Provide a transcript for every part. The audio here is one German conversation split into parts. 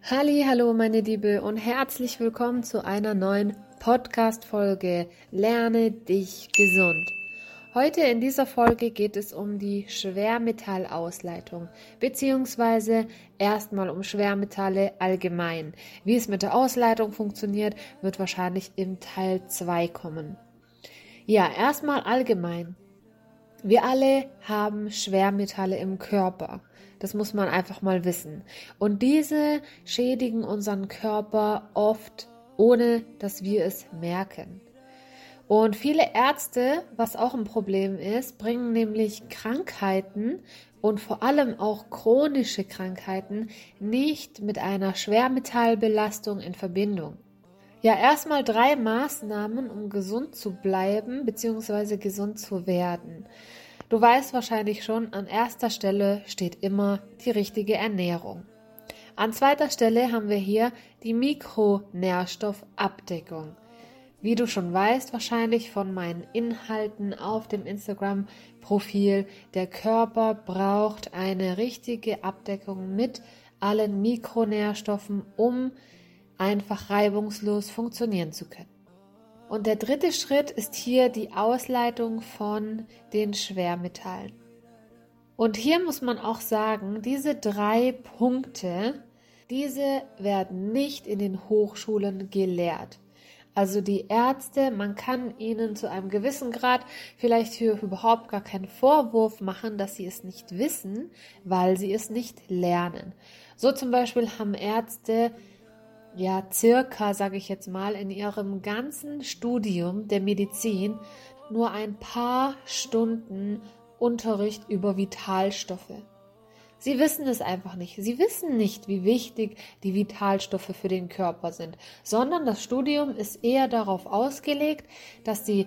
Hallo meine Liebe und herzlich willkommen zu einer neuen Podcast-Folge Lerne dich gesund. Heute in dieser Folge geht es um die Schwermetallausleitung, beziehungsweise erstmal um Schwermetalle allgemein. Wie es mit der Ausleitung funktioniert, wird wahrscheinlich im Teil 2 kommen. Ja, erstmal allgemein. Wir alle haben Schwermetalle im Körper. Das muss man einfach mal wissen. Und diese schädigen unseren Körper oft, ohne dass wir es merken. Und viele Ärzte, was auch ein Problem ist, bringen nämlich Krankheiten und vor allem auch chronische Krankheiten nicht mit einer Schwermetallbelastung in Verbindung. Ja, erstmal 3 Maßnahmen, um gesund zu bleiben bzw. gesund zu werden. Du weißt wahrscheinlich schon, an erster Stelle steht immer die richtige Ernährung. An zweiter Stelle haben wir hier die Mikronährstoffabdeckung. Wie du schon weißt, wahrscheinlich von meinen Inhalten auf dem Instagram-Profil, der Körper braucht eine richtige Abdeckung mit allen Mikronährstoffen, um einfach reibungslos funktionieren zu können. Und der dritte Schritt ist hier die Ausleitung von den Schwermetallen. Und hier muss man auch sagen, diese 3 Punkte, diese werden nicht in den Hochschulen gelehrt. Also die Ärzte, man kann ihnen zu einem gewissen Grad vielleicht für überhaupt gar keinen Vorwurf machen, dass sie es nicht wissen, weil sie es nicht lernen. So zum Beispiel haben Ärzte circa, sage ich jetzt mal, in ihrem ganzen Studium der Medizin nur ein paar Stunden Unterricht über Vitalstoffe. Sie wissen es einfach nicht. Sie wissen nicht, wie wichtig die Vitalstoffe für den Körper sind, sondern das Studium ist eher darauf ausgelegt, dass sie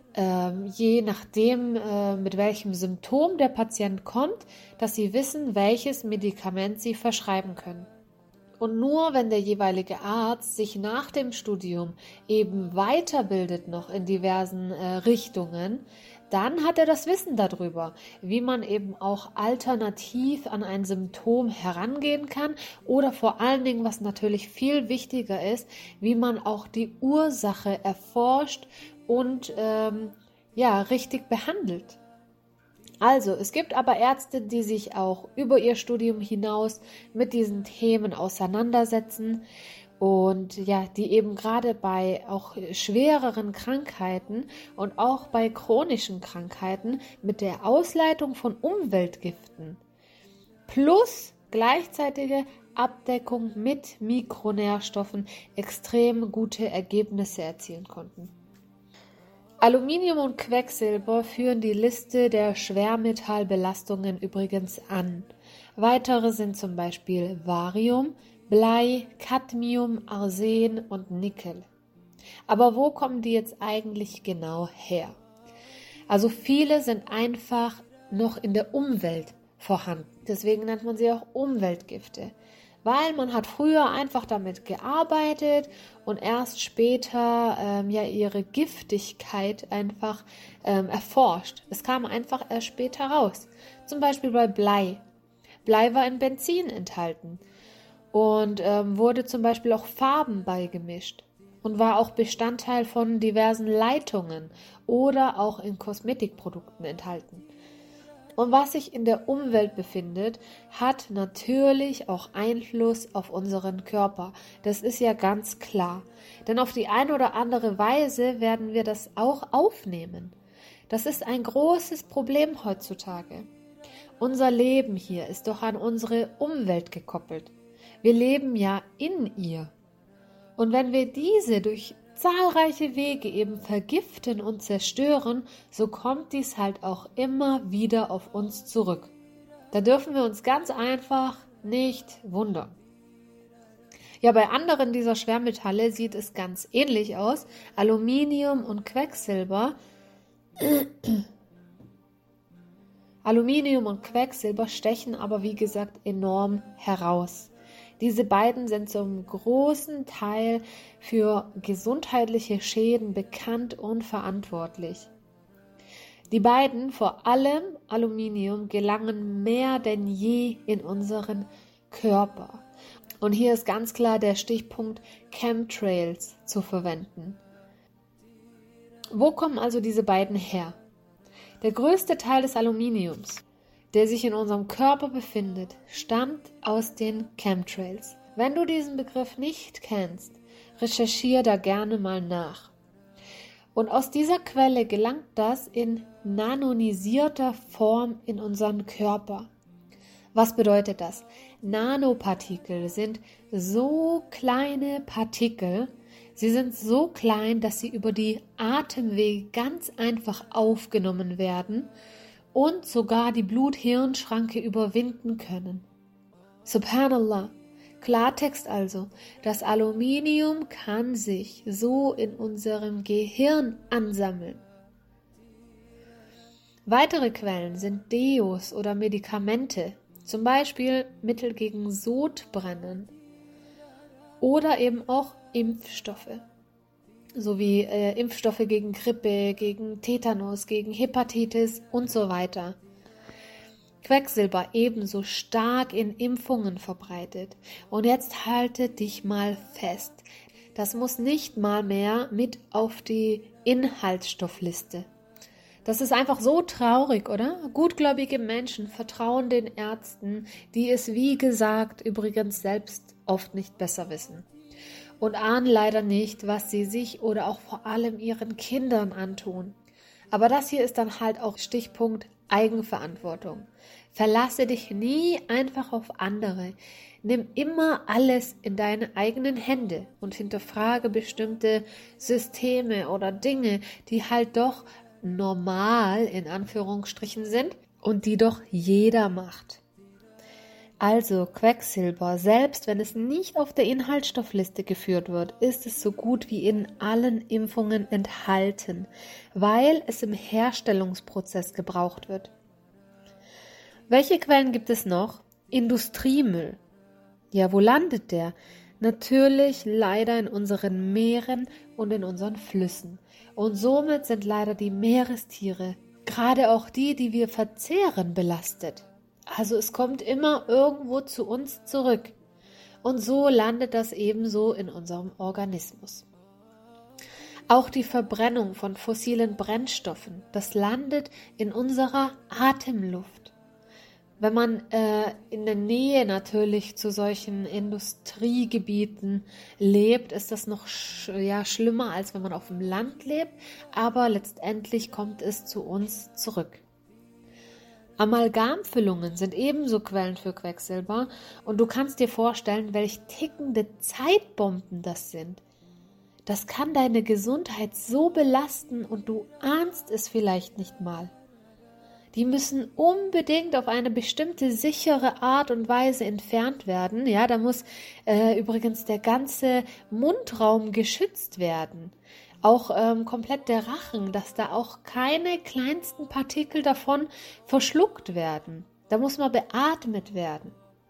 je nachdem, mit welchem Symptom der Patient kommt, dass sie wissen, welches Medikament sie verschreiben können. Und nur wenn der jeweilige Arzt sich nach dem Studium eben weiterbildet noch in diversen Richtungen, dann hat er das Wissen darüber, wie man eben auch alternativ an ein Symptom herangehen kann oder vor allen Dingen, was natürlich viel wichtiger ist, wie man auch die Ursache erforscht und richtig behandelt. Also, es gibt aber Ärzte, die sich auch über ihr Studium hinaus mit diesen Themen auseinandersetzen und die eben gerade bei auch schwereren Krankheiten und auch bei chronischen Krankheiten mit der Ausleitung von Umweltgiften plus gleichzeitige Abdeckung mit Mikronährstoffen extrem gute Ergebnisse erzielen konnten. Aluminium und Quecksilber führen die Liste der Schwermetallbelastungen übrigens an. Weitere sind zum Beispiel Barium, Blei, Cadmium, Arsen und Nickel. Aber wo kommen die jetzt eigentlich genau her? Also viele sind einfach noch in der Umwelt vorhanden. Deswegen nennt man sie auch Umweltgifte. Weil man hat früher einfach damit gearbeitet und erst später ihre Giftigkeit einfach erforscht. Es kam einfach erst später raus. Zum Beispiel bei Blei. Blei war in Benzin enthalten und wurde zum Beispiel auch Farben beigemischt und war auch Bestandteil von diversen Leitungen oder auch in Kosmetikprodukten enthalten. Und was sich in der Umwelt befindet, hat natürlich auch Einfluss auf unseren Körper. Das ist ja ganz klar. Denn auf die eine oder andere Weise werden wir das auch aufnehmen. Das ist ein großes Problem heutzutage. Unser Leben hier ist doch an unsere Umwelt gekoppelt. Wir leben ja in ihr. Und wenn wir diese durch zahlreiche Wege eben vergiften und zerstören, so kommt dies halt auch immer wieder auf uns zurück. Da dürfen wir uns ganz einfach nicht wundern. Ja, bei anderen dieser Schwermetalle sieht es ganz ähnlich aus. Aluminium und Quecksilber. Aluminium und Quecksilber stechen aber wie gesagt enorm heraus. Diese beiden sind zum großen Teil für gesundheitliche Schäden bekannt und verantwortlich. Die beiden, vor allem Aluminium, gelangen mehr denn je in unseren Körper. Und hier ist ganz klar der Stichpunkt Chemtrails zu verwenden. Wo kommen also diese beiden her? Der größte Teil des Aluminiums, der sich in unserem Körper befindet, stammt aus den Chemtrails. Wenn du diesen Begriff nicht kennst, recherchiere da gerne mal nach. Und aus dieser Quelle gelangt das in nanonisierter Form in unseren Körper. Was bedeutet das? Nanopartikel sind so kleine Partikel, sie sind so klein, dass sie über die Atemwege ganz einfach aufgenommen werden und sogar die Blut-Hirn-Schranke überwinden können. Subhanallah. Klartext also, das Aluminium kann sich so in unserem Gehirn ansammeln. Weitere Quellen sind Deos oder Medikamente, zum Beispiel Mittel gegen Sodbrennen oder eben auch Impfstoffe, sowie Impfstoffe gegen Grippe, gegen Tetanus, gegen Hepatitis und so weiter. Quecksilber ebenso stark in Impfungen verbreitet. Und jetzt halte dich mal fest. Das muss nicht mal mehr mit auf die Inhaltsstoffliste. Das ist einfach so traurig, oder? Gutgläubige Menschen vertrauen den Ärzten, die es, wie gesagt, übrigens selbst oft nicht besser wissen. Und ahnen leider nicht, was sie sich oder auch vor allem ihren Kindern antun. Aber das hier ist dann halt auch Stichpunkt Eigenverantwortung. Verlasse dich nie einfach auf andere. Nimm immer alles in deine eigenen Hände und hinterfrage bestimmte Systeme oder Dinge, die halt doch normal in Anführungsstrichen sind und die doch jeder macht. Also Quecksilber, selbst wenn es nicht auf der Inhaltsstoffliste geführt wird, ist es so gut wie in allen Impfungen enthalten, weil es im Herstellungsprozess gebraucht wird. Welche Quellen gibt es noch? Industriemüll. Ja, wo landet der? Natürlich leider in unseren Meeren und in unseren Flüssen. Und somit sind leider die Meerestiere, gerade auch die, die wir verzehren, belastet. Also es kommt immer irgendwo zu uns zurück. Und so landet das ebenso in unserem Organismus. Auch die Verbrennung von fossilen Brennstoffen, das landet in unserer Atemluft. Wenn man in der Nähe natürlich zu solchen Industriegebieten lebt, ist das noch schlimmer, als wenn man auf dem Land lebt, aber letztendlich kommt es zu uns zurück. Amalgamfüllungen sind ebenso Quellen für Quecksilber und du kannst dir vorstellen, welch tickende Zeitbomben das sind. Das kann deine Gesundheit so belasten und du ahnst es vielleicht nicht mal. Die müssen unbedingt auf eine bestimmte sichere Art und Weise entfernt werden. Ja, da muss übrigens der ganze Mundraum geschützt werden. Auch komplett der Rachen, dass da auch keine kleinsten Partikel davon verschluckt werden. Da muss man beatmet werden.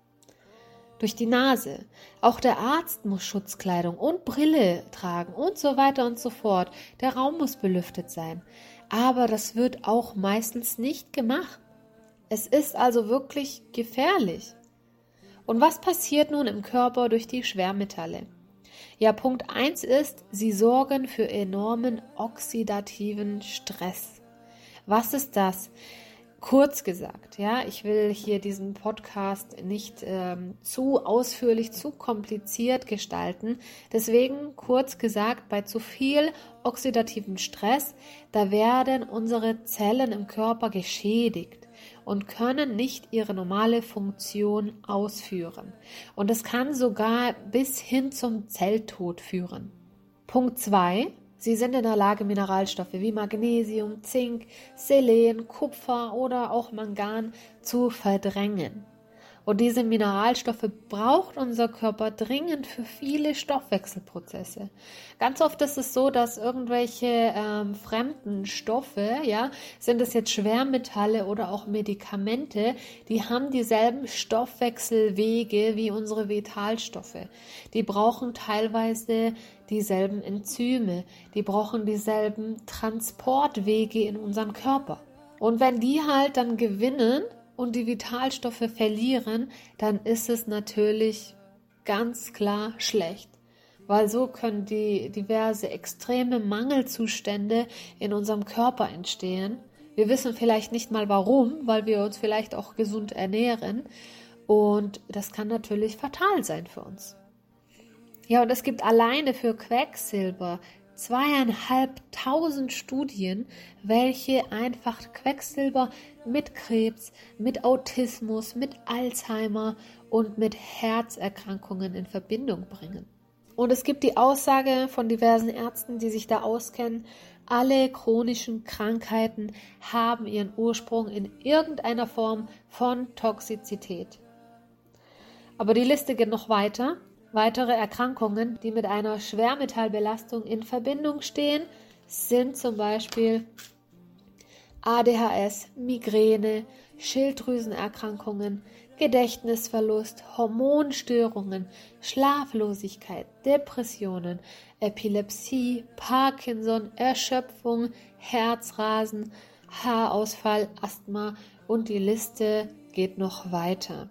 Durch die Nase. Auch der Arzt muss Schutzkleidung und Brille tragen und so weiter und so fort. Der Raum muss belüftet sein. Aber das wird auch meistens nicht gemacht. Es ist also wirklich gefährlich. Und was passiert nun im Körper durch die Schwermetalle? Ja, Punkt 1 ist, sie sorgen für enormen oxidativen Stress. Was ist das? Kurz gesagt, ja, ich will hier diesen Podcast nicht zu ausführlich, zu kompliziert gestalten. Deswegen kurz gesagt, bei zu viel oxidativen Stress, da werden unsere Zellen im Körper geschädigt und können nicht ihre normale Funktion ausführen. Und es kann sogar bis hin zum Zelltod führen. Punkt 2. Sie sind in der Lage, Mineralstoffe wie Magnesium, Zink, Selen, Kupfer oder auch Mangan zu verdrängen. Und diese Mineralstoffe braucht unser Körper dringend für viele Stoffwechselprozesse. Ganz oft ist es so, dass irgendwelche fremden Stoffe, ja, sind es jetzt Schwermetalle oder auch Medikamente, die haben dieselben Stoffwechselwege wie unsere Vitalstoffe. Die brauchen teilweise dieselben Enzyme, die brauchen dieselben Transportwege in unseren Körper. Und wenn die halt dann gewinnen und die Vitalstoffe verlieren, dann ist es natürlich ganz klar schlecht, weil so können die diverse extreme Mangelzustände in unserem Körper entstehen. Wir wissen vielleicht nicht mal warum, weil wir uns vielleicht auch gesund ernähren und das kann natürlich fatal sein für uns. Ja, und es gibt alleine für Quecksilber 2.500 Studien, welche einfach Quecksilber mit Krebs, mit Autismus, mit Alzheimer und mit Herzerkrankungen in Verbindung bringen. Und es gibt die Aussage von diversen Ärzten, die sich da auskennen, alle chronischen Krankheiten haben ihren Ursprung in irgendeiner Form von Toxizität. Aber die Liste geht noch weiter. Weitere Erkrankungen, die mit einer Schwermetallbelastung in Verbindung stehen, sind zum Beispiel ADHS, Migräne, Schilddrüsenerkrankungen, Gedächtnisverlust, Hormonstörungen, Schlaflosigkeit, Depressionen, Epilepsie, Parkinson, Erschöpfung, Herzrasen, Haarausfall, Asthma und die Liste geht noch weiter.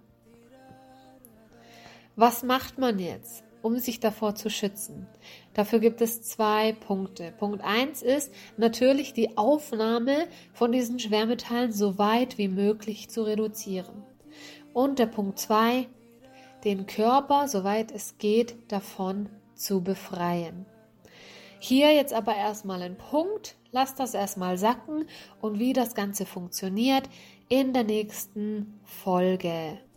Was macht man jetzt, um sich davor zu schützen? Dafür gibt es 2 Punkte. Punkt 1 ist natürlich die Aufnahme von diesen Schwermetallen so weit wie möglich zu reduzieren. Und der Punkt 2, den Körper, soweit es geht, davon zu befreien. Hier jetzt aber erstmal ein Punkt, lasst das erstmal sacken und wie das Ganze funktioniert in der nächsten Folge.